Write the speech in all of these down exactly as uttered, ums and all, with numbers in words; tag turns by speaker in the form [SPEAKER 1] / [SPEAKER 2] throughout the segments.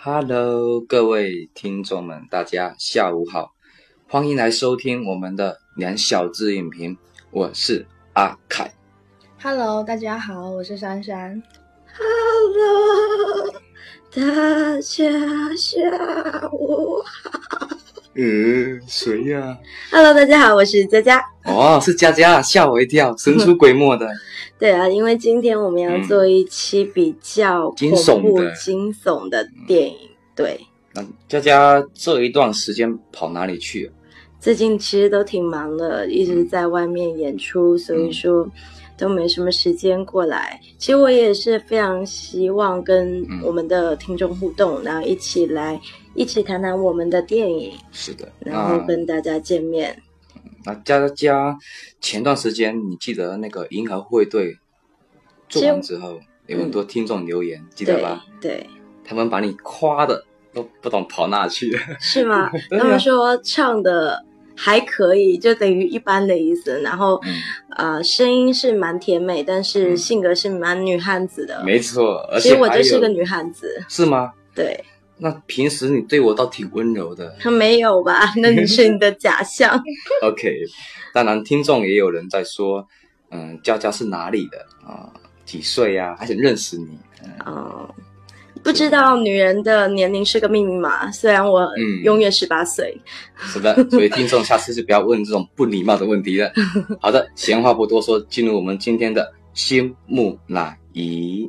[SPEAKER 1] Hello，各位听众们，大家下午好，欢迎来收听我们的两小只影评，我是阿凯。
[SPEAKER 2] Hello， 大家好，我是珊珊。
[SPEAKER 3] Hello， 大家下午好。
[SPEAKER 1] 呃，谁呀、啊、
[SPEAKER 3] ？Hello， 大家好，我是佳佳。
[SPEAKER 1] 哦，是佳佳，吓我一跳，神出鬼没的。
[SPEAKER 3] 对啊，因为今天我们要做一期比较恐怖、
[SPEAKER 1] 嗯、
[SPEAKER 3] 惊悚的电影。嗯、对，
[SPEAKER 1] 那佳佳这一段时间跑哪里去了？
[SPEAKER 3] 最近其实都挺忙的，一直在外面演出，嗯、所以说都没什么时间过来。其实我也是非常希望跟我们的听众互动，嗯、然后一起来一起谈谈我们的电影。
[SPEAKER 1] 是的，
[SPEAKER 3] 然后跟大家见面。
[SPEAKER 1] 那佳佳前段时间你记得那个银河护卫队做完之后，有很多听众留言，嗯、记得吧？
[SPEAKER 3] 对，他
[SPEAKER 1] 们把你夸的都不懂跑哪去。
[SPEAKER 3] 是吗？他们说唱的还可以，就等于一般的意思。然后，嗯、呃，声音是蛮甜美，但是性格是蛮女汉子的。
[SPEAKER 1] 没错，而且
[SPEAKER 3] 其实我就是个女汉子。
[SPEAKER 1] 是吗？
[SPEAKER 3] 对。
[SPEAKER 1] 那平时你对我倒挺温柔的。
[SPEAKER 3] 没有吧？那你是你的假象。
[SPEAKER 1] OK， 当然听众也有人在说，嗯，佳佳是哪里的啊、呃？几岁啊？还想认识你。
[SPEAKER 3] 哦、嗯，不知道女人的年龄是个秘密嘛？虽然我永远十八岁。
[SPEAKER 1] 嗯、是的，所以听众下次就不要问这种不礼貌的问题了。好的，闲话不多说，进入我们今天的心木乃伊。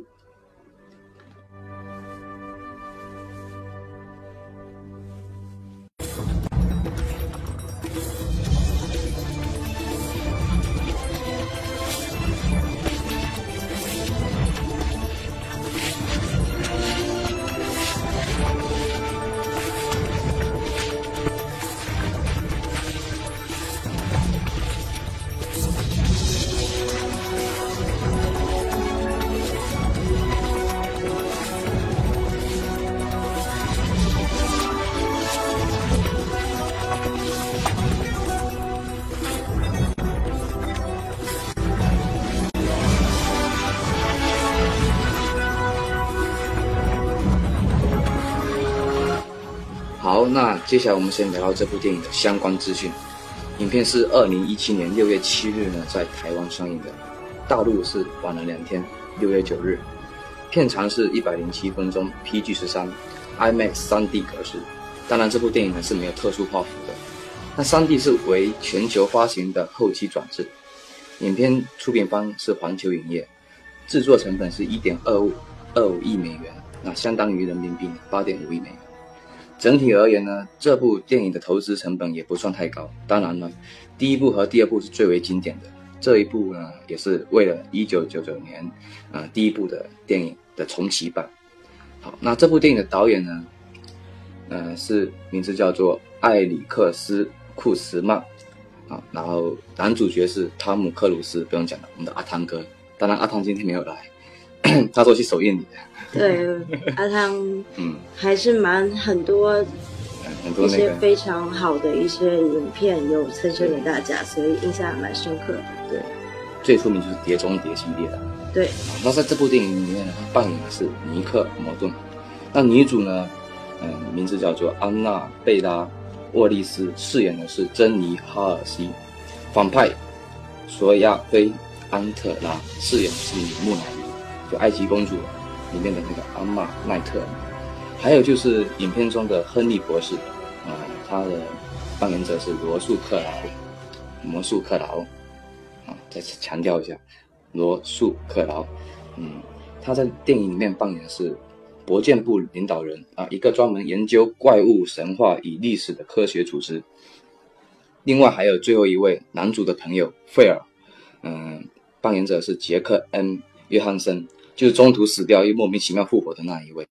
[SPEAKER 1] 好，那接下来我们先聊到这部电影的相关资讯。影片是二零一七年六月七日呢在台湾上映的，大陆是晚了两天，六月九日。片长是一百零七分钟 ，P G 十三 ，IMAX 三 D 格式。当然，这部电影呢是没有特殊画幅的。那三 D 是为全球发行的后期转制。影片出品方是环球影业，制作成本是一点二五二五亿美元，那相当于人民币八点五亿美元。整体而言呢，这部电影的投资成本也不算太高。当然了，第一部和第二部是最为经典的，这一部呢也是为了一九九九年呃第一部的电影的重启版。好，那这部电影的导演呢，呃是名字叫做艾里克斯库茨曼啊，然后男主角是汤姆克鲁斯，不用讲了，我们的阿汤哥。当然阿汤今天没有来，他说去首映礼的。
[SPEAKER 3] 对，阿汤，嗯，还是蛮很多，很多一些非常好的一些影片有呈现给大家，所以印象还蛮深刻的。
[SPEAKER 1] 对，最出名就是《碟中谍》系列的。
[SPEAKER 3] 对，
[SPEAKER 1] 那在这部电影里面呢，他扮演的是尼克·摩顿，那女主呢，嗯，名字叫做安娜·贝拉·沃利斯，饰演的是珍妮·哈尔西，反派索亚菲·安特拉饰演的是女木乃伊，就埃及公主里面的那个阿玛奈特，还有就是影片中的亨利博士，啊、呃，他的扮演者是罗素克劳，魔术克劳，啊，再次强调一下，罗素克劳，嗯，他在电影里面扮演的是博剑部领导人啊，一个专门研究怪物、神话与历史的科学组织。另外还有最后一位男主的朋友费尔，嗯、呃，扮演者是杰克 ·M. 约翰森。就是中途死掉又莫名其妙复活的那一位。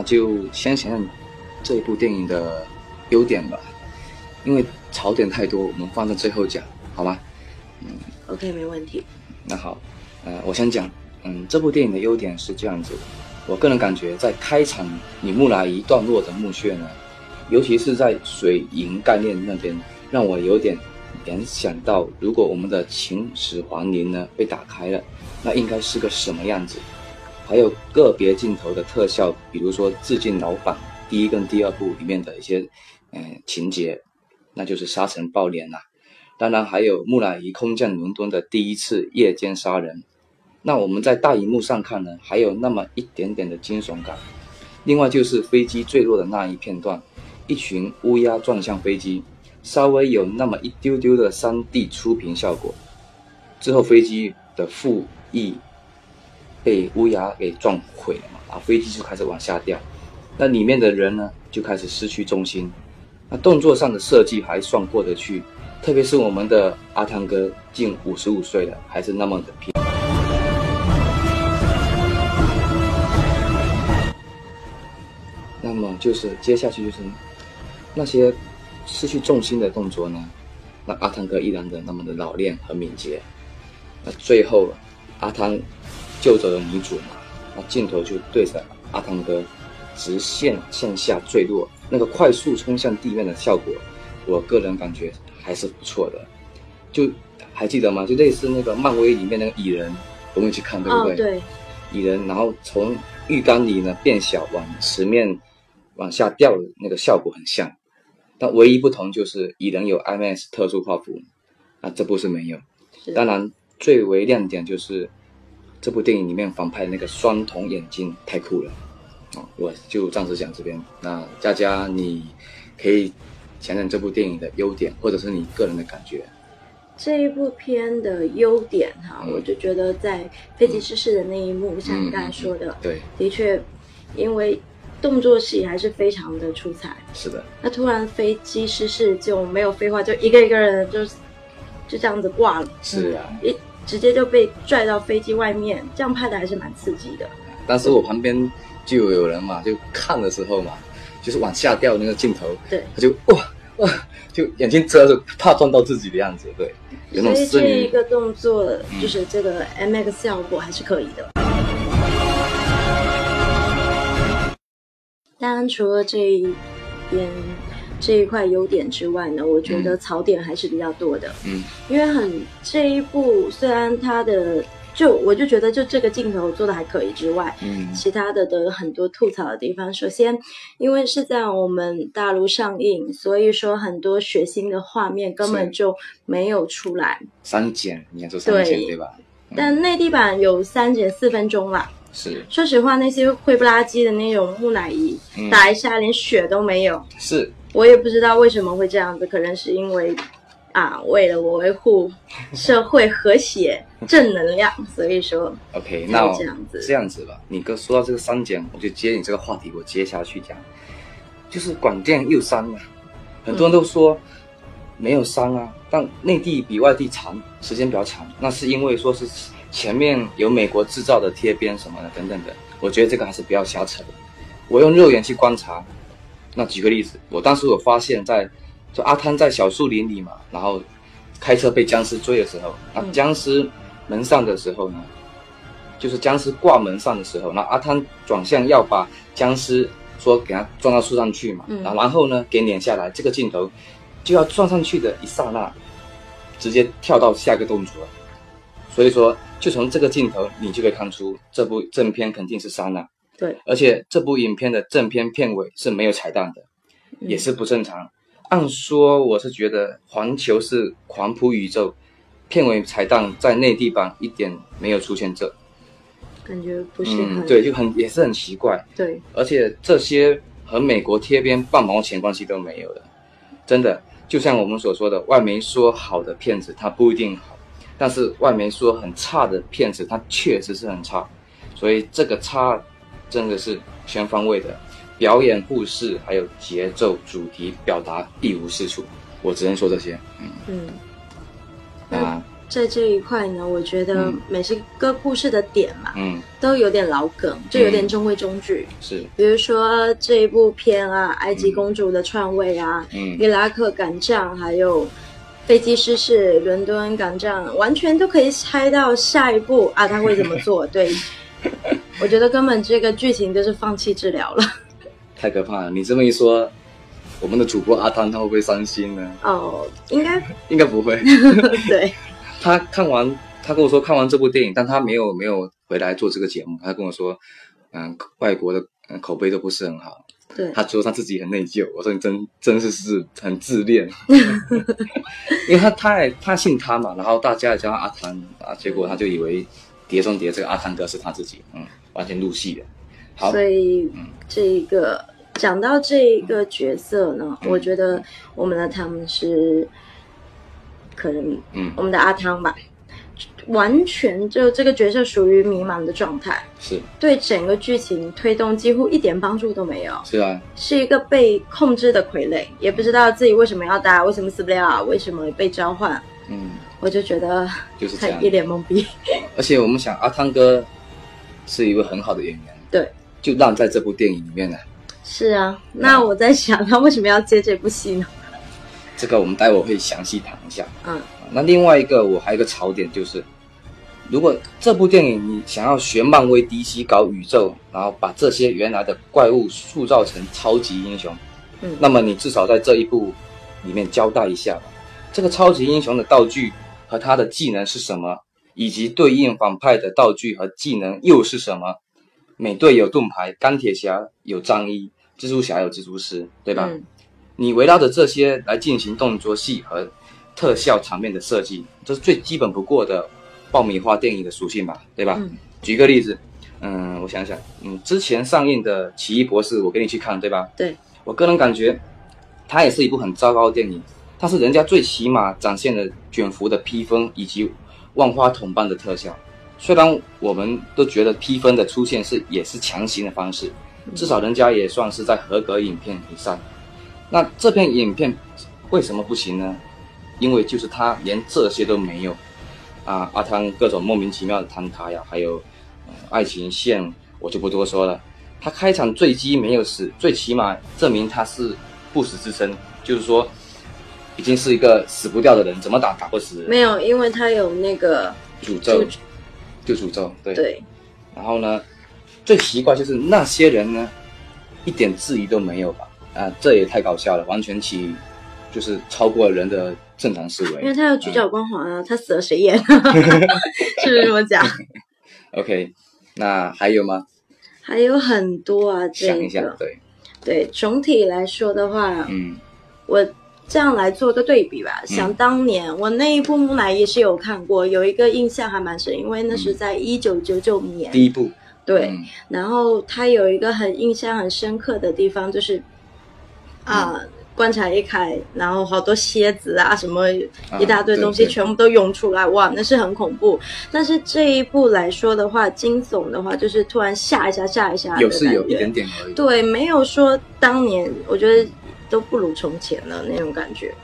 [SPEAKER 1] 就先想想这一部电影的优点吧，因为槽点太多，我们放在最后讲，好吗？
[SPEAKER 3] 嗯 ，OK， 没问题。
[SPEAKER 1] 那好，呃，我先讲，嗯，这部电影的优点是这样子的，我个人感觉在开场你木乃伊段落的墓穴呢，尤其是在水银概念那边，让我有点联想到，如果我们的秦始皇陵呢被打开了，那应该是个什么样子？还有个别镜头的特效，比如说致敬老版第一跟第二部里面的一些呃情节，那就是沙尘暴年啦。当然还有木乃伊空降伦敦的第一次夜间杀人。那我们在大荧幕上看呢，还有那么一点点的惊悚感。另外就是飞机坠落的那一片段，一群乌鸦撞向飞机，稍微有那么一丢丢的 三 D 触屏效果。之后飞机的副翼被乌鸦给撞毁了嘛，然后飞机就开始往下掉，那里面的人呢就开始失去重心。那动作上的设计还算过得去，特别是我们的阿汤哥近五十五岁了，还是那么的拼。那么就是接下去就是那些失去重心的动作呢，那阿汤哥依然的那么的老练和敏捷。那最后阿汤救走了女主嘛，那镜头就对着阿汤哥直线向下坠落，那个快速冲向地面的效果，我个人感觉还是不错的。就还记得吗？就类似那个漫威里面那个蚁人，我们去看对不对？
[SPEAKER 3] 哦，对，
[SPEAKER 1] 蚁人然后从浴缸里呢变小往池面往下掉的那个效果很像，但唯一不同就是蚁人有 I M A X 特殊画幅，啊，这部是没有。当然最为亮点就是这部电影里面反派的那个双瞳眼睛太酷了。哦，我就暂时讲这边。那佳佳，你可以讲讲这部电影的优点，或者是你个人的感觉。
[SPEAKER 3] 这一部片的优点哈，
[SPEAKER 1] 嗯、
[SPEAKER 3] 我就觉得在飞机失事的那一幕，嗯、像你刚才说的，
[SPEAKER 1] 嗯、对，
[SPEAKER 3] 的确，因为动作戏还是非常的出彩。
[SPEAKER 1] 是的。
[SPEAKER 3] 那突然飞机失事就没有废话，就一个一个人就就这样子挂了。
[SPEAKER 1] 是啊，
[SPEAKER 3] 一、嗯、直接就被拽到飞机外面，这样拍的还是蛮刺激的。
[SPEAKER 1] 当时我旁边就有人嘛，就看的时候嘛，就是往下掉那个镜头，
[SPEAKER 3] 对，
[SPEAKER 1] 他就哇哇，就眼睛遮着，怕撞到自己的样子，对，有那种
[SPEAKER 3] 所以这一个动作，嗯、就是这个 M X 效果还是可以的。当然，除了这一边这一块优点之外呢，我觉得槽点还是比较多的。嗯，因为很这一部虽然它的就我就觉得就这个镜头做的还可以之外，嗯，其他的的很多吐槽的地方。首先，因为是在我们大陆上映，所以说很多血腥的画面根本就没有出来。
[SPEAKER 1] 删减，应该说删减 对, 对吧？
[SPEAKER 3] 嗯、但内地版有删减四分钟啦。
[SPEAKER 1] 是，
[SPEAKER 3] 说实话，那些灰不拉几的那种木乃伊，嗯、打一下连血都没有。
[SPEAKER 1] 是，
[SPEAKER 3] 我也不知道为什么会这样子，可能是因为啊，为了我维护社会和谐正能量，所以说
[SPEAKER 1] OK， 那
[SPEAKER 3] 这样子
[SPEAKER 1] 这样子吧。你哥说到这个删减，我就接你这个话题，我接下去讲，就是广电又删了，很多人都说没有删啊，嗯、但内地比外地长，时间比较长，那是因为说是前面有美国制造的贴边什么的等等的，我觉得这个还是不要瞎扯的。我用肉眼去观察，那举个例子，我当时有发现在。就阿汤在小树林里嘛，然后开车被僵尸追的时候，那僵尸门上的时候呢，嗯、就是僵尸挂门上的时候，那阿汤转向要把僵尸说给他撞到树上去嘛，嗯、然后呢给撵下来，这个镜头就要撞上去的一刹那，直接跳到下一个动作了。所以说，就从这个镜头你就可以看出，这部正片肯定是删了。
[SPEAKER 3] 对，
[SPEAKER 1] 而且这部影片的正片片尾是没有彩蛋的，嗯、也是不正常。按说我是觉得环球是狂扑宇宙，片尾彩蛋在内地版一点没有出现这，
[SPEAKER 3] 感觉不是很、
[SPEAKER 1] 嗯、对，就很也是很奇怪。
[SPEAKER 3] 对，
[SPEAKER 1] 而且这些和美国贴边半毛钱关系都没有的，真的就像我们所说的，外媒说好的片子它不一定好，但是外媒说很差的片子它确实是很差，所以这个差真的是全方位的。表演、故事还有节奏、主题表达一无是处，我只能说这些。嗯嗯，
[SPEAKER 3] 那在这一块呢，我觉得每一个故事的点嘛，
[SPEAKER 1] 嗯，
[SPEAKER 3] 都有点老梗，就有点中规中矩。
[SPEAKER 1] 嗯、是，
[SPEAKER 3] 比如说这一部片啊，埃及公主的篡位啊，嗯，伊拉克赶仗，还有飞机失事，伦敦赶仗，完全都可以猜到下一步啊他会怎么做。对，我觉得根本这个剧情就是放弃治疗了。
[SPEAKER 1] 太可怕了！你这么一说，我们的主播阿汤他会不会伤心呢？
[SPEAKER 3] 哦，应该
[SPEAKER 1] 应该不会。
[SPEAKER 3] 对，
[SPEAKER 1] 他看完，他跟我说看完这部电影，但他没有没有回来做这个节目。他跟我说，嗯，外国的嗯口碑都不是很好。
[SPEAKER 3] 对，
[SPEAKER 1] 他说他自己很内疚。我说你真真是是很自恋，因为他太他姓汤嘛，然后大家也叫他阿汤啊，结果他就以为碟中谍这个阿汤哥是他自己，嗯，完全入戏了。好，
[SPEAKER 3] 所以、嗯、这一个讲到这一个角色呢、嗯，我觉得我们的汤是可能，嗯，我们的阿汤吧，完全就这个角色属于迷茫的状态，
[SPEAKER 1] 是
[SPEAKER 3] 对整个剧情推动几乎一点帮助都没有。
[SPEAKER 1] 是啊，
[SPEAKER 3] 是一个被控制的傀儡，也不知道自己为什么要打，为什么死不了，为什么被召唤。嗯，我就觉得
[SPEAKER 1] 就是这样，
[SPEAKER 3] 一脸懵逼。
[SPEAKER 1] 而且我们想，阿汤哥是一位很好的演员，
[SPEAKER 3] 对，就
[SPEAKER 1] 让在这部电影里面呢。
[SPEAKER 3] 是啊，那我在想，他为什么要接这部戏呢？
[SPEAKER 1] 这个我们待会会详细谈一下。嗯，那另外一个我还有一个槽点就是，如果这部电影你想要学漫威 D C 搞宇宙，然后把这些原来的怪物塑造成超级英雄，嗯，那么你至少在这一部里面交代一下吧，这个超级英雄的道具和他的技能是什么，以及对应反派的道具和技能又是什么？美队有盾牌，钢铁侠有战衣，蜘蛛侠有蜘蛛丝，对吧？嗯，你围绕着这些来进行动作戏和特效场面的设计，这是最基本不过的爆米花电影的属性吧，对吧？嗯，举个例子，嗯，我想想，嗯，之前上映的《奇异博士》，我跟你去看，对吧？
[SPEAKER 3] 对，
[SPEAKER 1] 我个人感觉，它也是一部很糟糕的电影，它是人家最起码展现了卷福的披风以及万花筒般的特效。虽然我们都觉得披风的出现是也是强行的方式，至少人家也算是在合格影片以上。那这片影片为什么不行呢？因为就是他连这些都没有啊！阿汤各种莫名其妙的坍塌呀，还有、呃、爱情线我就不多说了。他开场坠机没有死，最起码证明他是不死之身，就是说已经是一个死不掉的人，怎么打打不死人。
[SPEAKER 3] 没有，因为他有那个
[SPEAKER 1] 诅咒。就诅咒，对
[SPEAKER 3] 对，
[SPEAKER 1] 然后呢，最奇怪就是那些人呢，一点质疑都没有吧？啊，这也太搞笑了，完全起就是超过人的正常思维。
[SPEAKER 3] 因为他有举角光环啊，嗯、他死了谁演？是不是这么讲
[SPEAKER 1] ？OK， 那还有吗？
[SPEAKER 3] 还有很多啊，这个、
[SPEAKER 1] 想一下，对
[SPEAKER 3] 对，总体来说的话，嗯，我。这样来做个对比吧，想当年、嗯、我那一部木乃伊是有看过，有一个印象还蛮深，因为那是在一九九九年、
[SPEAKER 1] 嗯、第一部，
[SPEAKER 3] 对、嗯，然后它有一个很印象很深刻的地方，就是啊、呃嗯，棺材一开，然后好多蝎子啊什么一大堆东西全部都涌出来、啊、哇，那是很恐怖。但是这一部来说的话，惊悚的话就是突然吓一下吓一下的，
[SPEAKER 1] 有是有一点点而已，
[SPEAKER 3] 对，没有说当年我觉得都不如从前了那种感觉。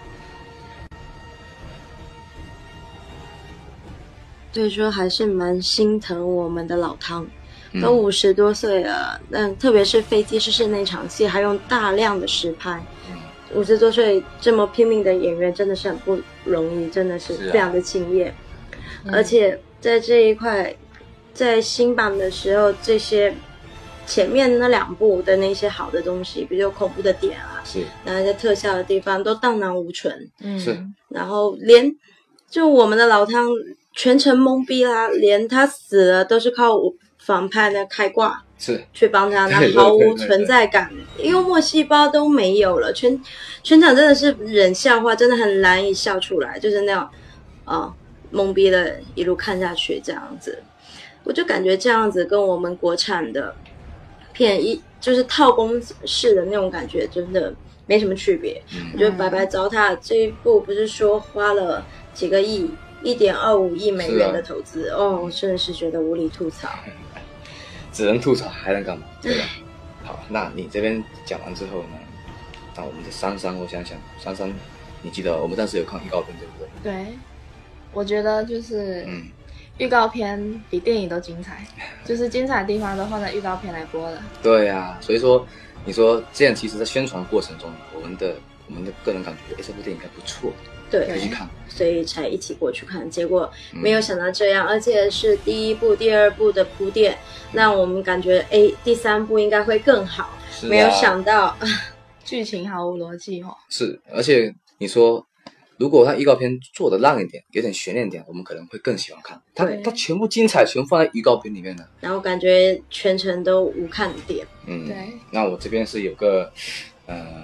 [SPEAKER 3] 所以说还是蛮心疼我们的老汤，都五十多岁了，那、嗯、特别是飞机失事那场戏还用大量的实拍，五十多岁这么拼命的演员真的是很不容易，真的是非常的敬业、啊、而且在这一块在新版的时候，这些前面那两部的那些好的东西，比如恐怖的点啊，
[SPEAKER 1] 是，
[SPEAKER 3] 然后在特效的地方都荡然无存，
[SPEAKER 1] 嗯，是，
[SPEAKER 3] 然后连就我们的老汤全程懵逼啦，连他死了都是靠反派的开挂
[SPEAKER 1] 是去
[SPEAKER 3] 帮他，那毫无存在感，幽默细胞都没有了，全全场真的是冷笑话，真的很难以笑出来，就是那种啊、呃、懵逼的一路看下去这样子，我就感觉这样子跟我们国产的片一就是套公式的那种感觉真的没什么区别、嗯、我觉得白白糟蹋。这一部不是说花了几个亿 一点二五亿美元的投资、啊、哦，我真的是觉得无力吐槽，
[SPEAKER 1] 只能吐槽还能干嘛，对吧？好，那你这边讲完之后呢，那我们的珊珊，我想想珊珊，你记得我们当时有看预告片对不对？
[SPEAKER 2] 对。 我觉得就是
[SPEAKER 1] 嗯，
[SPEAKER 2] 预告片比电影都精彩，就是精彩的地方都放在预告片来播了。
[SPEAKER 1] 对啊，所以说你说这样，其实在宣传过程中，我们的我们的个人感觉，哎，这部电影应该不错，
[SPEAKER 3] 对，
[SPEAKER 1] 可以去看。
[SPEAKER 3] 所以才一起过去看，结果没有想到这样，嗯、而且是第一部、第二部的铺垫，那我们感觉哎，第三部应该会更好，
[SPEAKER 1] 是啊、
[SPEAKER 3] 没有想到
[SPEAKER 2] 剧情毫无逻辑哦。
[SPEAKER 1] 是，而且你说，如果他预告片做的烂一点，有点悬念点，我们可能会更喜欢看。他他全部精彩全放在预告片里面的，
[SPEAKER 3] 然后感觉全程都无看点。
[SPEAKER 1] 嗯，
[SPEAKER 2] 对。
[SPEAKER 1] 那我这边是有个，呃，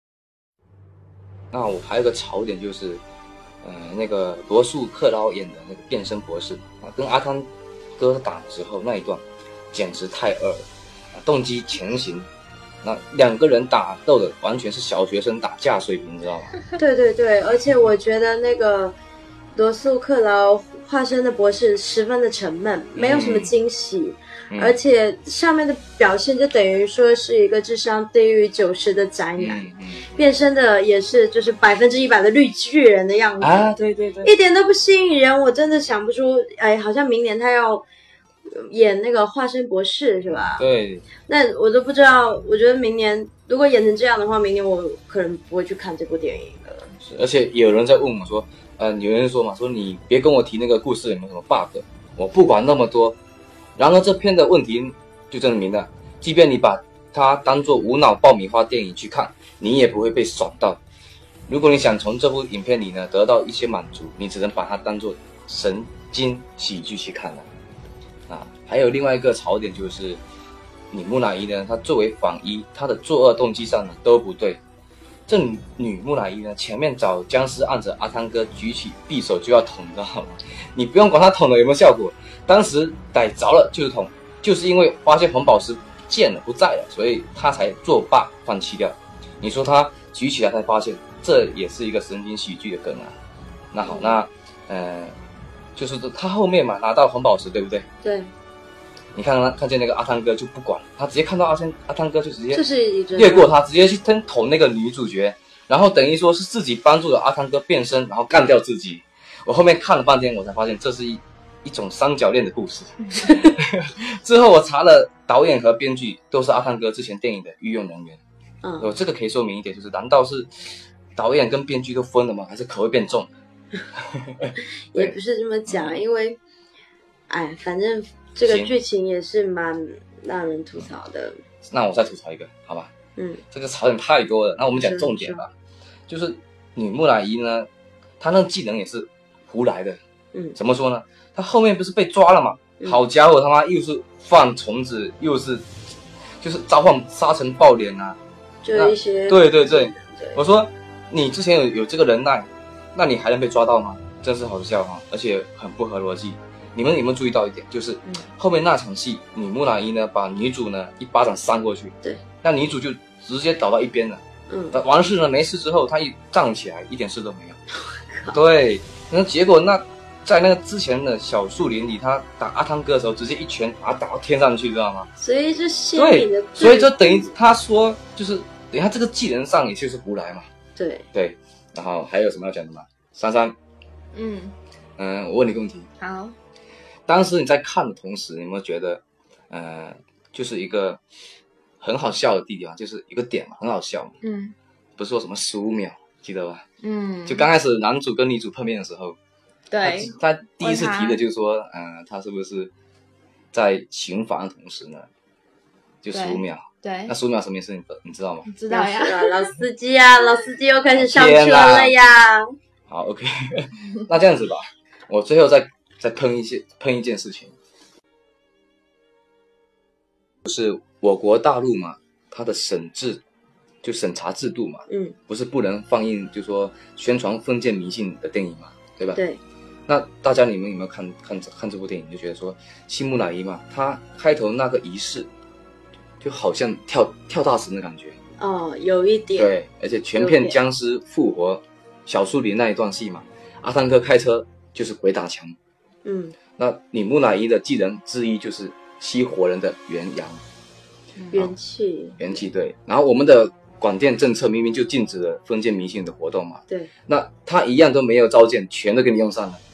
[SPEAKER 1] 那我还有个槽点就是。呃，那个罗素克劳演的那个变身博士啊，跟阿汤哥打之后那一段，简直太二了啊！动机前行，那两个人打斗的完全是小学生打架水平，你知道吗？
[SPEAKER 3] 对对对，而且我觉得那个罗素克劳化身的博士十分的沉闷，没有什么惊喜。嗯，而且上面的表现就等于说是一个智商低于九十的宅男，嗯嗯、变身的也是就是百分之一百的绿巨人的样子
[SPEAKER 1] 啊，对对对，
[SPEAKER 3] 一点都不吸引人。我真的想不出，哎，好像明年他要演那个化身博士是吧？
[SPEAKER 1] 对，
[SPEAKER 3] 那我都不知道。我觉得明年如果演成这样的话，明年我可能不会去看这部电影了。
[SPEAKER 1] 是，而且有人在问我说，呃，有人说嘛，说你别跟我提那个故事有没有什么 bug， 我不管那么多。然而这片的问题就证明了，即便你把它当作无脑爆米花电影去看，你也不会被爽到。如果你想从这部影片里呢得到一些满足，你只能把它当作神经喜剧去看了。啊，还有另外一个槽点就是，你木乃伊呢，她作为仿医，她的作恶动机上呢都不对。这女木乃伊呢，前面找僵尸按着阿汤哥举起匕首就要捅，你知道吗？你不用管他捅了有没有效果，当时逮着了就是捅，就是因为发现红宝石不见了不在了，所以他才作罢放弃掉。你说他举起来才发现，这也是一个神经喜剧的梗啊。那好，那呃，就是他后面嘛拿到红宝石，对不对？
[SPEAKER 3] 对。
[SPEAKER 1] 你看他看见那个阿汤哥就不管，他直接看到阿汤阿汤哥就直接
[SPEAKER 3] 就是
[SPEAKER 1] 越过他，直接去捅那个女主角，然后等于说是自己帮助了阿汤哥变身，然后干掉自己。我后面看了半天，我才发现这是一一种三角恋的故事。之后我查了，导演和编剧都是阿汤哥之前电影的御用人员。嗯，我这个可以说明一点，就是难道是导演跟编剧都分了吗？还是口味变重？
[SPEAKER 3] 也不是这么讲，因为，哎，反正这个剧情也是蛮让人吐槽的。
[SPEAKER 1] 那我再吐槽一个，好吧？
[SPEAKER 3] 嗯，
[SPEAKER 1] 这个槽点太多了。那我们讲重点吧，就是女木乃伊呢，她那技能也是胡来的。嗯，怎么说呢？她后面不是被抓了吗？嗯、好家伙，他妈又是放虫子，又是就是召唤沙尘暴脸啊，
[SPEAKER 3] 就一些
[SPEAKER 1] 对对对。我说你之前有有这个能耐，那你还能被抓到吗？真是好笑哈、啊，而且很不合逻辑。你们有没有注意到一点，就是后面那场戏，女木乃伊呢把女主呢一巴掌扇过去，
[SPEAKER 3] 对，
[SPEAKER 1] 那女主就直接倒到一边了。嗯，完事了没事之后，她一站起来，一点事都没有。对，那结果那在那个之前的小树林里，他打阿汤哥的时候，直接一拳把他打到天上去，知道吗？
[SPEAKER 3] 所以就鲜明的，
[SPEAKER 1] 所以就等于他说就是等于他这个技能上也就是胡来嘛。
[SPEAKER 3] 对
[SPEAKER 1] 对，然后还有什么要讲的吗？珊珊，
[SPEAKER 2] 嗯
[SPEAKER 1] 嗯、呃，我问你个问题。
[SPEAKER 2] 好。
[SPEAKER 1] 当时你在看的同时，你有没有觉得，呃，就是一个很好笑的地方，就是一个点嘛，很好笑嘛。
[SPEAKER 2] 嗯。
[SPEAKER 1] 不是说什么十五秒，记得吧？
[SPEAKER 2] 嗯。
[SPEAKER 1] 就刚开始男主跟女主碰面的时候，
[SPEAKER 2] 对，
[SPEAKER 1] 他, 他第一次提的就是说，呃，他是不是在刑罚的同时呢，就十五秒。
[SPEAKER 2] 对。
[SPEAKER 1] 那十五秒什么意思？你你知道吗？
[SPEAKER 2] 知道呀。
[SPEAKER 3] 老司机啊，老司机又开始上车了呀。
[SPEAKER 1] 好 ，OK， 那这样子吧，我最后再。再喷一些喷一件事情，就是我国大陆嘛，它的审制就审查制度嘛，嗯，不是不能放映，就说宣传封建迷信的电影嘛，对吧？
[SPEAKER 3] 对。
[SPEAKER 1] 那大家你们有没有看看看这部电影，就觉得说新木乃伊嘛，它开头那个仪式就好像跳跳大神的感觉。
[SPEAKER 3] 哦，有一点。
[SPEAKER 1] 对，而且全片僵尸复活小树林那一段戏嘛，阿汤哥开车就是鬼打墙。
[SPEAKER 3] 嗯，
[SPEAKER 1] 那女木乃伊的技能之一就是吸活人的元阳，
[SPEAKER 3] 元气，
[SPEAKER 1] 元气对。然后我们的广电政策明明就禁止了封建迷信的活动嘛，
[SPEAKER 3] 对。
[SPEAKER 1] 那他一样都没有召见，全都给你用上了。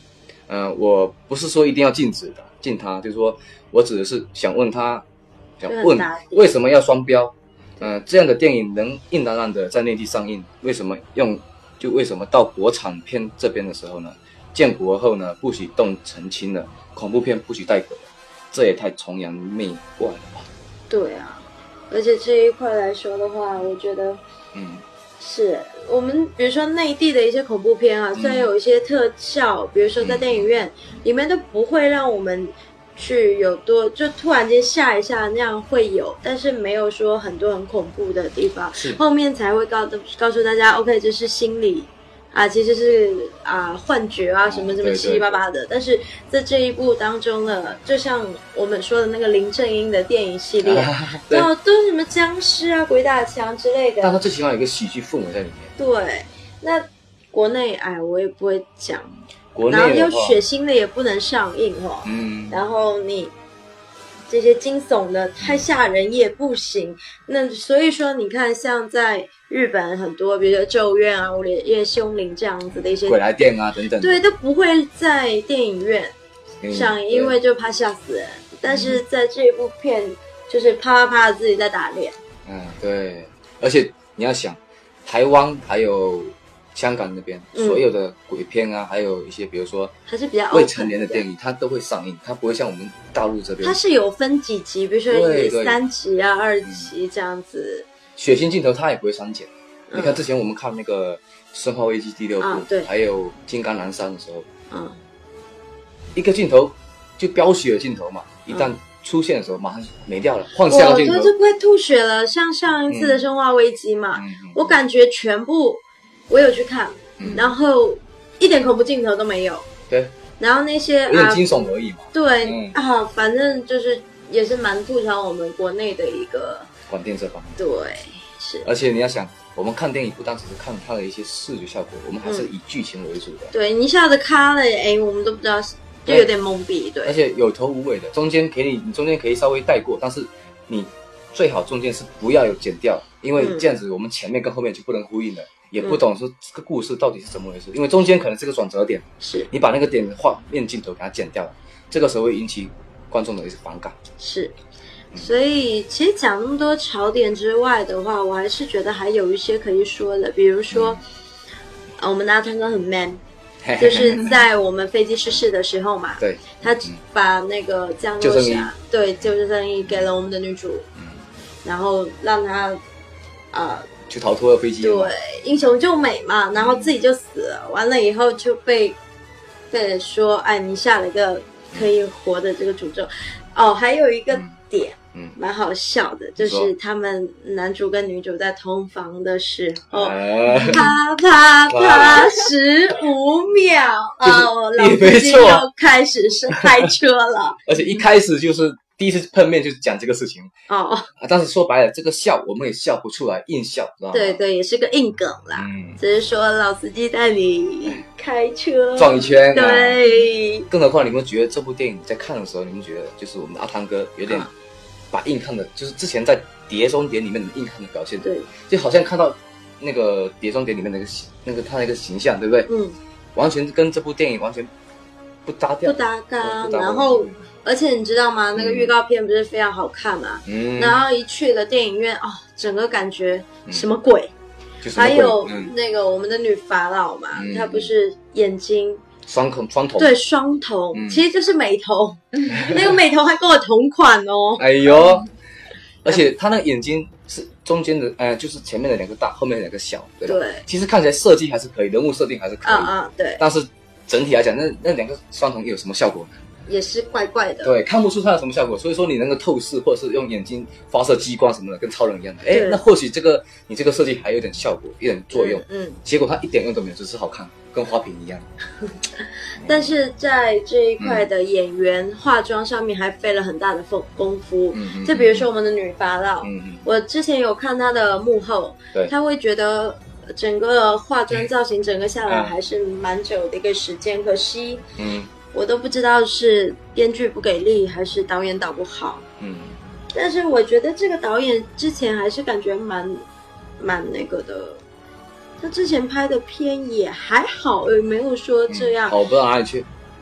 [SPEAKER 1] 呃，我不是说一定要禁止的禁他，就是说我只是想问他，想问为什么要双标？呃，这样的电影能硬朗朗的在内地上映，为什么用就为什么到国产片这边的时候呢？建国后呢，不许动澄清了，恐怖片不许带鬼了，这也太崇洋媚外了吧？
[SPEAKER 3] 对啊，而且这一块来说的话，我觉得，
[SPEAKER 1] 嗯，
[SPEAKER 3] 是我们比如说内地的一些恐怖片啊，虽然有一些特效，比如说在电影院、嗯、里面都不会让我们去有多就突然间吓一下那样会有，但是没有说很多很恐怖的地方，
[SPEAKER 1] 是
[SPEAKER 3] 后面才会告告诉大家 ，OK， 这是心理。啊，其实是啊幻觉啊，什么什么七七八八的，对对对，但是在这一部当中呢，就像我们说的那个林正英的电影系列，啊、都都是什么僵尸啊、鬼打墙之类的，
[SPEAKER 1] 但它最起码有一个喜剧氛围在里面。
[SPEAKER 3] 对，那国内哎，我也不会讲，
[SPEAKER 1] 国内
[SPEAKER 3] 然后又血腥的也不能上映哦，
[SPEAKER 1] 嗯，
[SPEAKER 3] 然后你。这些惊悚的太吓人也不行，那所以说你看，像在日本很多，比如说《咒怨》啊、《午夜凶铃》这样子的一些
[SPEAKER 1] 鬼来电啊等等，
[SPEAKER 3] 对，都不会在电影院上映，因为就怕吓死人。但是在这一部片，就是啪啪啪的自己在打脸。
[SPEAKER 1] 嗯，对，而且你要想，台湾还有香港那边、嗯、所有的鬼片啊，还有一些比如说
[SPEAKER 3] 还是比较
[SPEAKER 1] 未成年的电影，它都会上映，它不会像我们大陆这边，
[SPEAKER 3] 它是有分几集，比如说三集啊、二集这样子。
[SPEAKER 1] 血腥镜头它也不会删减。嗯、你看之前我们看那个《生化危机》第六部，
[SPEAKER 3] 啊、对，
[SPEAKER 1] 还有《金刚狼三》的时候，
[SPEAKER 3] 嗯，
[SPEAKER 1] 一个镜头就飙血的镜头嘛，一旦出现的时候马上没掉了，换下个镜头，
[SPEAKER 3] 我就不会吐血了。像上一次的《生化危机》嘛，嗯嗯、我感觉全部。我有去看、嗯，然后一点恐怖镜头都没有。
[SPEAKER 1] 对，
[SPEAKER 3] 然后那些
[SPEAKER 1] 有点惊悚而已嘛。
[SPEAKER 3] 啊、对、嗯、啊，反正就是也是蛮吐槽我们国内的一个
[SPEAKER 1] 广电这方面。
[SPEAKER 3] 对，是。
[SPEAKER 1] 而且你要想，我们看电影不单只是看它的一些视觉效果，我们还是以剧情为主的。
[SPEAKER 3] 嗯、对，你一下子卡了，哎，我们都不知道，就有点懵逼。对，
[SPEAKER 1] 而且有头无尾的，中间给你，你中间可以稍微带过，但是你最好中间是不要有剪掉，因为这样子我们前面跟后面就不能呼应了。也不懂说这个故事到底是怎么回事、嗯，因为中间可能是个转折点，
[SPEAKER 3] 是
[SPEAKER 1] 你把那个点的画面镜头给它剪掉了，这个时候会引起观众的一些反感。
[SPEAKER 3] 是，所以其实讲那么多槽点之外的话，我还是觉得还有一些可以说的，比如说，嗯呃、我们阿汤哥很 man， 就是在我们飞机失事的时候嘛，
[SPEAKER 1] 对，
[SPEAKER 3] 他把那个降落伞，对，救生衣给了我们的女主，嗯、然后让她啊。呃
[SPEAKER 1] 去逃脱了飞机，
[SPEAKER 3] 对，英雄救美嘛，然后自己就死了，嗯、完了以后就被被说，哎，你下了一个可以活的这个诅咒。哦，还有一个点，嗯，蛮好笑的，就是他们男主跟女主在同房的时候，
[SPEAKER 1] 呃、
[SPEAKER 3] 啪啪啪十五秒，哦，老司机又开始是开车了，
[SPEAKER 1] 而且一开始就是。第一次碰面就是讲这个事情
[SPEAKER 3] 哦、
[SPEAKER 1] 啊，但是说白了，这个笑我们也笑不出来，硬笑，知道吗？
[SPEAKER 3] 对对，也是个硬梗啦。嗯，只是说老司机带你开车
[SPEAKER 1] 转一圈、
[SPEAKER 3] 啊，对。
[SPEAKER 1] 更何况你们觉得这部电影在看的时候，你们觉得就是我们的阿汤哥有点把硬汉的，啊、就是之前在《碟中谍》里面的硬汉的表现，
[SPEAKER 3] 对，
[SPEAKER 1] 就好像看到那个《碟中谍》里面那个那个他那个形象，对不对？
[SPEAKER 3] 嗯，
[SPEAKER 1] 完全跟这部电影完全不搭调，
[SPEAKER 3] 不搭嘎，然后。而且你知道吗？那个预告片不是非常好看嘛？嗯，然后一去了电影院，哦，整个感觉什么鬼？
[SPEAKER 1] 嗯、
[SPEAKER 3] 还有那个我们的女法老嘛，嗯、她不是眼睛
[SPEAKER 1] 双瞳双瞳，
[SPEAKER 3] 对，双瞳、嗯，其实就是美瞳，那个美瞳还跟我同款哦。
[SPEAKER 1] 哎呦，而且她那个眼睛是中间的，呃，就是前面的两个大，后面的两个小，对吧？
[SPEAKER 3] 对，
[SPEAKER 1] 其实看起来设计还是可以，人物设定还是可以，
[SPEAKER 3] 啊啊，对。
[SPEAKER 1] 但是整体来讲，那那两个双瞳有什么效果呢？
[SPEAKER 3] 也是怪怪的，
[SPEAKER 1] 对，看不出它有什么效果，所以说你能够透视，或者是用眼睛发射激光什么的，跟超人一样的，哎，那或许这个你这个设计还有点效果，有点作用，
[SPEAKER 3] 嗯，嗯
[SPEAKER 1] 结果它一点用都没有，只是好看，跟花瓶一样。
[SPEAKER 3] 但是在这一块的演员、嗯、化妆上面还费了很大的功夫，嗯嗯，就比如说我们的女法老，嗯嗯，我之前有看她的幕后，
[SPEAKER 1] 对，
[SPEAKER 3] 她会觉得整个化妆造型整个下来还是蛮久的一个时间，嗯、可惜，嗯。我都不知道是编剧不给力还是导演导不好，嗯，但是我觉得这个导演之前还是感觉蛮蛮那个的，他之前拍的片也还好，也没有说这样，
[SPEAKER 1] 好、嗯、不到哪里去。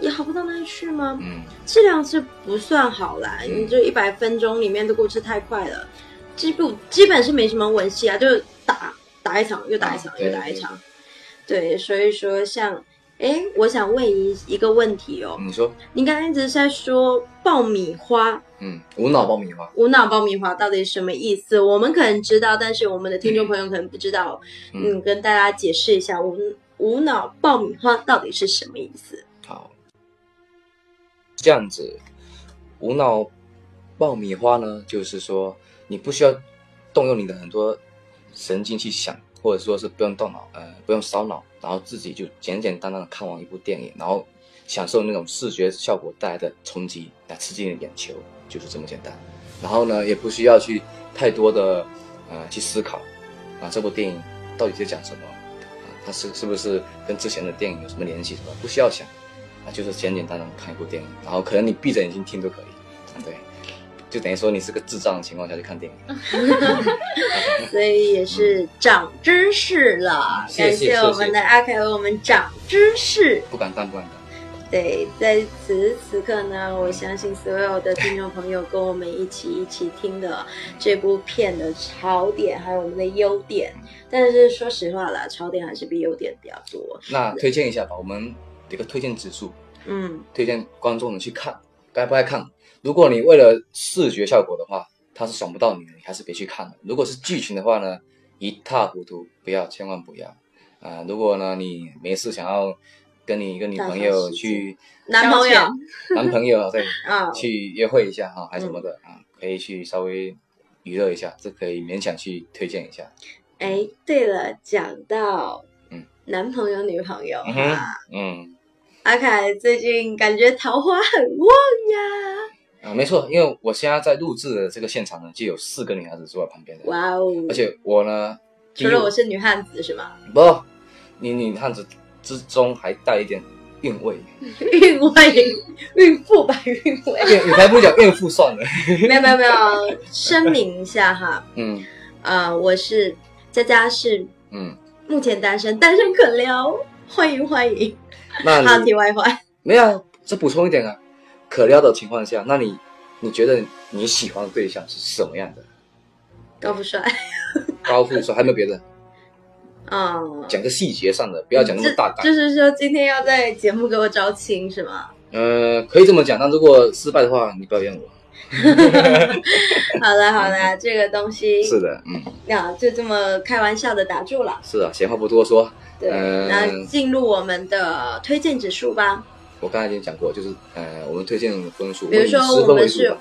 [SPEAKER 3] 也好不到哪里去吗？
[SPEAKER 1] 嗯，
[SPEAKER 3] 质量是不算好啦，
[SPEAKER 1] 嗯
[SPEAKER 3] 你就一百分钟里面的故事太快了，基本基本是没什么文戏啊，就是打打一场又打一场、
[SPEAKER 1] 啊、
[SPEAKER 3] 又打一场。对，所以说像，哎，我想问一一个问题哦，
[SPEAKER 1] 你说，
[SPEAKER 3] 你刚才一直在说爆米花，
[SPEAKER 1] 嗯，无脑爆米花，
[SPEAKER 3] 无脑爆米花到底是什么意思？我们可能知道，但是我们的听众朋友可能不知道。嗯，嗯跟大家解释一下，无无脑爆米花到底是什么意思？
[SPEAKER 1] 好，这样子，无脑爆米花呢，就是说你不需要动用你的很多神经去想，或者说是不用动脑，呃，不用烧脑，然后自己就简简单单的看完一部电影，然后享受那种视觉效果带来的冲击，来刺激你的眼球，就是这么简单。然后呢，也不需要去太多的呃去思考啊，这部电影到底在讲什么啊，它是是不是跟之前的电影有什么联系什么，不需要想啊，就是简简单单的看一部电影，然后可能你闭着眼睛听都可以，啊，对。就等于说你是个智障的情况下去看电影，
[SPEAKER 3] 所以也是长知识了。
[SPEAKER 1] 嗯、
[SPEAKER 3] 感谢我们的阿凯为我们长知识。
[SPEAKER 1] 不敢当，不敢当。
[SPEAKER 3] 对，在此此刻呢，我相信所有的听众朋友跟我们一起一起听的这部片的槽点，还有我们的优点。但是说实话啦，槽点还是比优点比较多。
[SPEAKER 1] 那推荐一下吧，我们有个推荐指数，
[SPEAKER 3] 嗯，
[SPEAKER 1] 推荐观众们去看，该不该看？如果你为了视觉效果的话，它是爽不到你的，你还是别去看了。如果是剧情的话呢，一塌糊涂，不要，千万不要啊、呃！如果呢你没事想要跟你一个女朋友去，
[SPEAKER 3] 男朋友，
[SPEAKER 1] 男朋友对
[SPEAKER 3] 啊，
[SPEAKER 1] 去约会一下哈，还什么的啊、嗯，可以去稍微娱乐一下，这可以勉强去推荐一下。
[SPEAKER 3] 哎，对了，讲到
[SPEAKER 1] 嗯
[SPEAKER 3] 男朋友女朋友
[SPEAKER 1] 嗯
[SPEAKER 3] 哈，
[SPEAKER 1] 嗯，
[SPEAKER 3] 阿凯最近感觉桃花很旺呀。
[SPEAKER 1] 啊，没错，因为我现在在录制的这个现场呢，就有四个女孩子坐在旁边的。
[SPEAKER 3] 哇哦！
[SPEAKER 1] 而且我呢，
[SPEAKER 3] 除了我是女汉子是吗？
[SPEAKER 1] 不，你女汉子之中还带一点韵味。
[SPEAKER 3] 韵味，孕妇吧，韵味。
[SPEAKER 1] 你才不讲孕妇算了。
[SPEAKER 3] 没有没有没有，声明一下哈，
[SPEAKER 1] 嗯，
[SPEAKER 3] 呃，我是佳佳是，
[SPEAKER 1] 嗯，
[SPEAKER 3] 目前单身，单身可撩，欢迎欢迎。
[SPEAKER 1] 那
[SPEAKER 3] 好，题外话，
[SPEAKER 1] 没有，再补充一点啊。可撩的情况下，那你你觉得你喜欢的对象是什么样的？
[SPEAKER 3] 高富帅。
[SPEAKER 1] 高富帅还没有别的？
[SPEAKER 3] 嗯，
[SPEAKER 1] 讲个细节上的，不要讲那么大概。
[SPEAKER 3] 就, 就是说今天要在节目给我招亲是吗？
[SPEAKER 1] 呃，可以这么讲，但如果失败的话，你不要怨我。
[SPEAKER 3] 好了好了，这个东西
[SPEAKER 1] 是的，嗯，
[SPEAKER 3] 那就这么开玩笑的打住了。
[SPEAKER 1] 是啊，闲话不多说。
[SPEAKER 3] 对，
[SPEAKER 1] 呃、
[SPEAKER 3] 那进入我们的推荐指数吧。
[SPEAKER 1] 我刚才已经讲过，就是呃，我们推荐分数，
[SPEAKER 3] 比如说我们是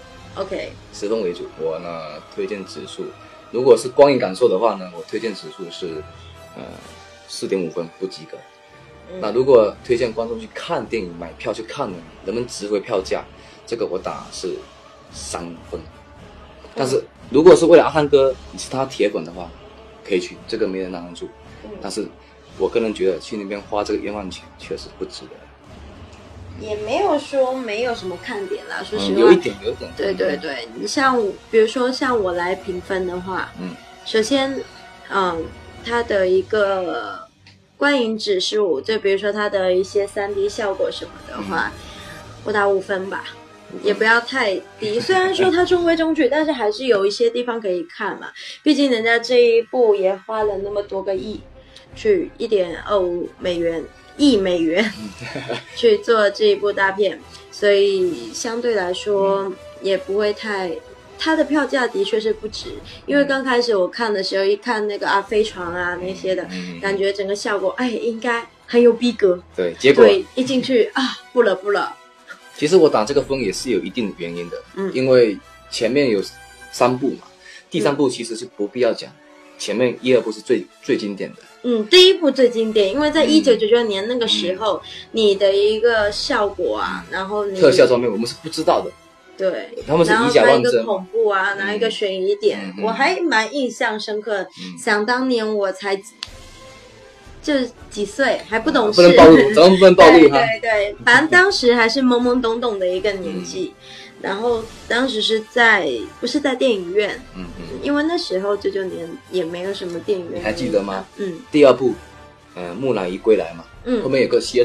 [SPEAKER 3] OK
[SPEAKER 1] 十分为主。我呢推荐指数，如果是观影感受的话呢，我推荐指数是呃四点五分，不及格。嗯、那如果推荐观众去看电影、买票去看呢，能不能值回票价？这个我打是三分。但是如果是为了阿汉哥，你是他铁粉的话，可以去，这个没人拦得住。嗯、但是我个人觉得去那边花这个冤枉钱确实不值得。
[SPEAKER 3] 也没有说没有什么看点啦，说实话、
[SPEAKER 1] 嗯、有一点有一点。
[SPEAKER 3] 对对对，你像比如说像我来评分的话，
[SPEAKER 1] 嗯，
[SPEAKER 3] 首先，嗯，它的一个观影指数，就比如说它的一些 三 D 效果什么的话，嗯、我打五分吧，也不要太低。虽然说它中规中矩，但是还是有一些地方可以看嘛，毕竟人家这一部也花了那么多个亿，去一点二五美元。亿美元去做这一部大片，所以相对来说也不会太，它的票价的确是不值，因为刚开始我看的时候，一看那个啊飞船啊那些的，感觉整个效果哎应该很有逼格，
[SPEAKER 1] 对，结果
[SPEAKER 3] 对一进去啊不了不了。
[SPEAKER 1] 其实我打这个分也是有一定的原因的，嗯，因为前面有三部嘛，第三部其实是不必要讲，前面一二部是最最经典的。
[SPEAKER 3] 嗯，第一部最经典，因为在一九九九年那个时候，嗯、你的一个效果啊，嗯、然后你
[SPEAKER 1] 特效方面我们是不知道的，
[SPEAKER 3] 对，
[SPEAKER 1] 他们是以假乱真，
[SPEAKER 3] 然后拿一个恐怖啊，拿、嗯、一个悬疑点，嗯、我还蛮印象深刻。嗯、想当年我才就几岁，还不懂事，
[SPEAKER 1] 不能暴露，咱们不能暴露哈。
[SPEAKER 3] 对对对，反正当时还是懵懵懂懂的一个年纪。嗯然后当时是在不是在电影院，嗯嗯，因为那时候九九年也没有什么电影院。
[SPEAKER 1] 你还记得吗？
[SPEAKER 3] 嗯，
[SPEAKER 1] 第二部，呃，木乃伊归来嘛，嗯，后面有个蝎子王，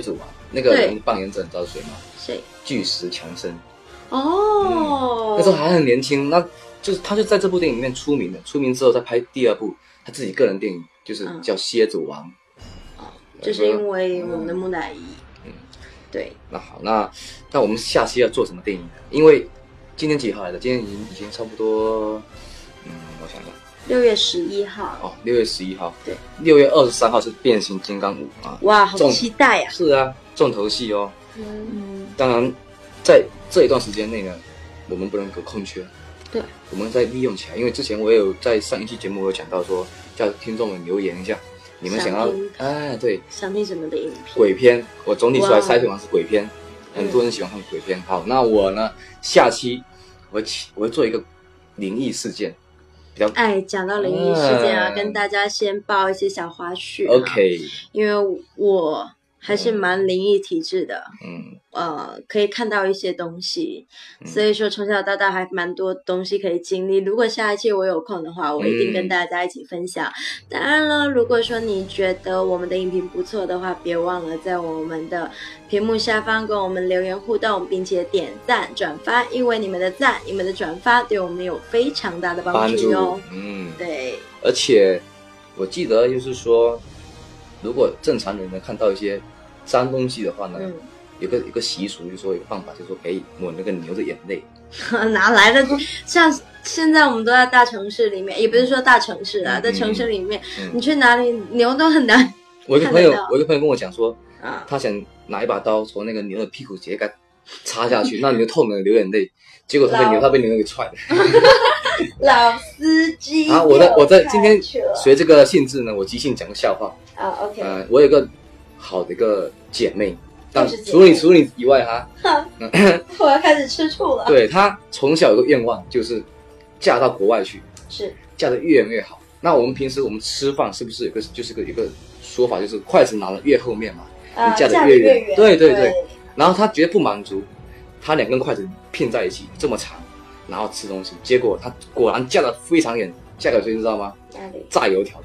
[SPEAKER 1] 那个人扮演者你知道谁吗？
[SPEAKER 3] 谁？
[SPEAKER 1] 巨石强森。
[SPEAKER 3] 哦、
[SPEAKER 1] 嗯，那时候还很年轻，那就是他就在这部电影里面出名了。出名之后再拍第二部他自己个人电影，就是叫《蝎子王》。
[SPEAKER 3] 哦、嗯，就是因为我们的木乃伊。嗯，对。
[SPEAKER 1] 那好，那那我们下期要做什么电影呢？因为今天几号来的？今天已经已经差不多，嗯，我想想，
[SPEAKER 3] 六月十一号。
[SPEAKER 1] 哦，六月十一号。
[SPEAKER 3] 对，
[SPEAKER 1] 六月二十三号是变形金刚五啊！
[SPEAKER 3] 哇，好期待呀！
[SPEAKER 1] 是啊，重头戏哦。
[SPEAKER 3] 嗯，
[SPEAKER 1] 当然，在这一段时间内呢，我们不能有空缺。
[SPEAKER 3] 对，
[SPEAKER 1] 我们再利用起来。因为之前我也有在上一期节目有讲到说，叫听众们留言一下，你们想要哎对，
[SPEAKER 3] 想听什么的影片？
[SPEAKER 1] 鬼片，我总体出来筛选完是鬼片，很多人喜欢看鬼片。好，那我呢，下期我会我会做一个灵异事件。比较
[SPEAKER 3] 哎，讲到灵异事件啊，嗯、跟大家先报一些小花絮。
[SPEAKER 1] OK，
[SPEAKER 3] 因为我还是蛮灵异体质的，
[SPEAKER 1] 嗯，
[SPEAKER 3] 呃，可以看到一些东西，嗯、所以说从小到大还蛮多东西可以经历。如果下一期我有空的话，我一定跟大家一起分享。嗯、当然了，如果说你觉得我们的影评不错的话，别忘了在我们的屏幕下方跟我们留言互动，并且点赞转发，因为你们的赞、你们的转发对我们有非常大的帮助哟。
[SPEAKER 1] 嗯，
[SPEAKER 3] 对。
[SPEAKER 1] 而且我记得就是说，如果正常人呢看到一些脏东西的话呢，嗯、有个有个习俗，就是说有个办法，就是说可以抹那个牛的眼泪。
[SPEAKER 3] 哪来的？像现在我们都在大城市里面，也不是说大城市啊，嗯、在城市里面，嗯、你去哪里牛都很难。
[SPEAKER 1] 我一个朋友，我一个朋友跟我讲说，啊、他想拿一把刀从那个牛的屁股直接给它插下去，那牛痛的流眼泪，结果他被牛他被牛给踹了。
[SPEAKER 3] 老司机
[SPEAKER 1] 啊！我在我在今天随这个性质呢，我即兴讲个笑话
[SPEAKER 3] 啊。Oh, OK，
[SPEAKER 1] 呃，我有一个好的一个姐妹，但除了你除了你以外哈，
[SPEAKER 3] 我要开始吃醋了。
[SPEAKER 1] 对，她从小有个愿望，就是嫁到国外去，
[SPEAKER 3] 是
[SPEAKER 1] 嫁得越远越好。那我们平时我们吃饭是不是有个就是个有个说法，就是筷子拿得越后面嘛，
[SPEAKER 3] 啊、
[SPEAKER 1] 你嫁得越远。越对对 对, 对。然后她觉得不满足，她两根筷子拼在一起这么长。然后吃东西，结果她果然嫁得非常远，嫁给谁知道吗？
[SPEAKER 3] 哪里？
[SPEAKER 1] 炸油条的。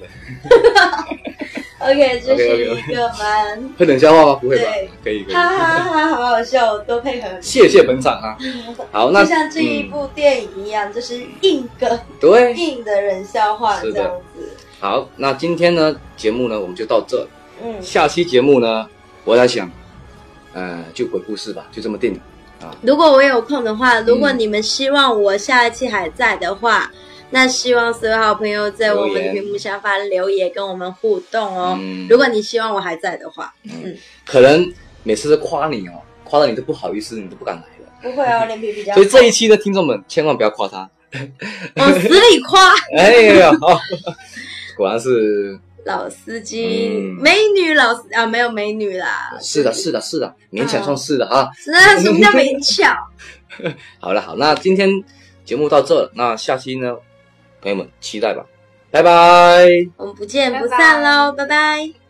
[SPEAKER 3] OK， 这是一个蛮
[SPEAKER 1] 会冷笑话吗？不会吧？可以可以。
[SPEAKER 3] 哈哈哈，好好笑，多配合。
[SPEAKER 1] 谢谢本场哈。好，那
[SPEAKER 3] 就像这一部电影一样，嗯、就是硬梗，
[SPEAKER 1] 对，
[SPEAKER 3] 硬的人笑话这样子。
[SPEAKER 1] 好，那今天呢节目呢我们就到这。
[SPEAKER 3] 嗯。下
[SPEAKER 1] 期节目呢，我在想，呃，就鬼故事吧，就这么定了。
[SPEAKER 3] 如果我有空的话，如果你们希望我下一期还在的话，嗯、那希望所有好朋友在我们的屏幕下方留言跟我们互动哦。嗯、如果你希望我还在的话，
[SPEAKER 1] 嗯，嗯可能每次都夸你哦，夸到你都不好意思，你都不敢来了。
[SPEAKER 3] 不会啊，我脸皮比较厚。
[SPEAKER 1] 所以这一期的听众们千万不要夸他，
[SPEAKER 3] 往死里夸。
[SPEAKER 1] 哎呀，果然是。
[SPEAKER 3] 老司机，嗯、美女老司啊，没有美女啦。
[SPEAKER 1] 是的，是的，是的，勉强算是的啊。
[SPEAKER 3] 那什么叫勉强？
[SPEAKER 1] 好了，好，那今天节目到这了，那下期呢，朋友们期待吧，拜拜。
[SPEAKER 3] 我们不见不散喽，拜拜。拜拜。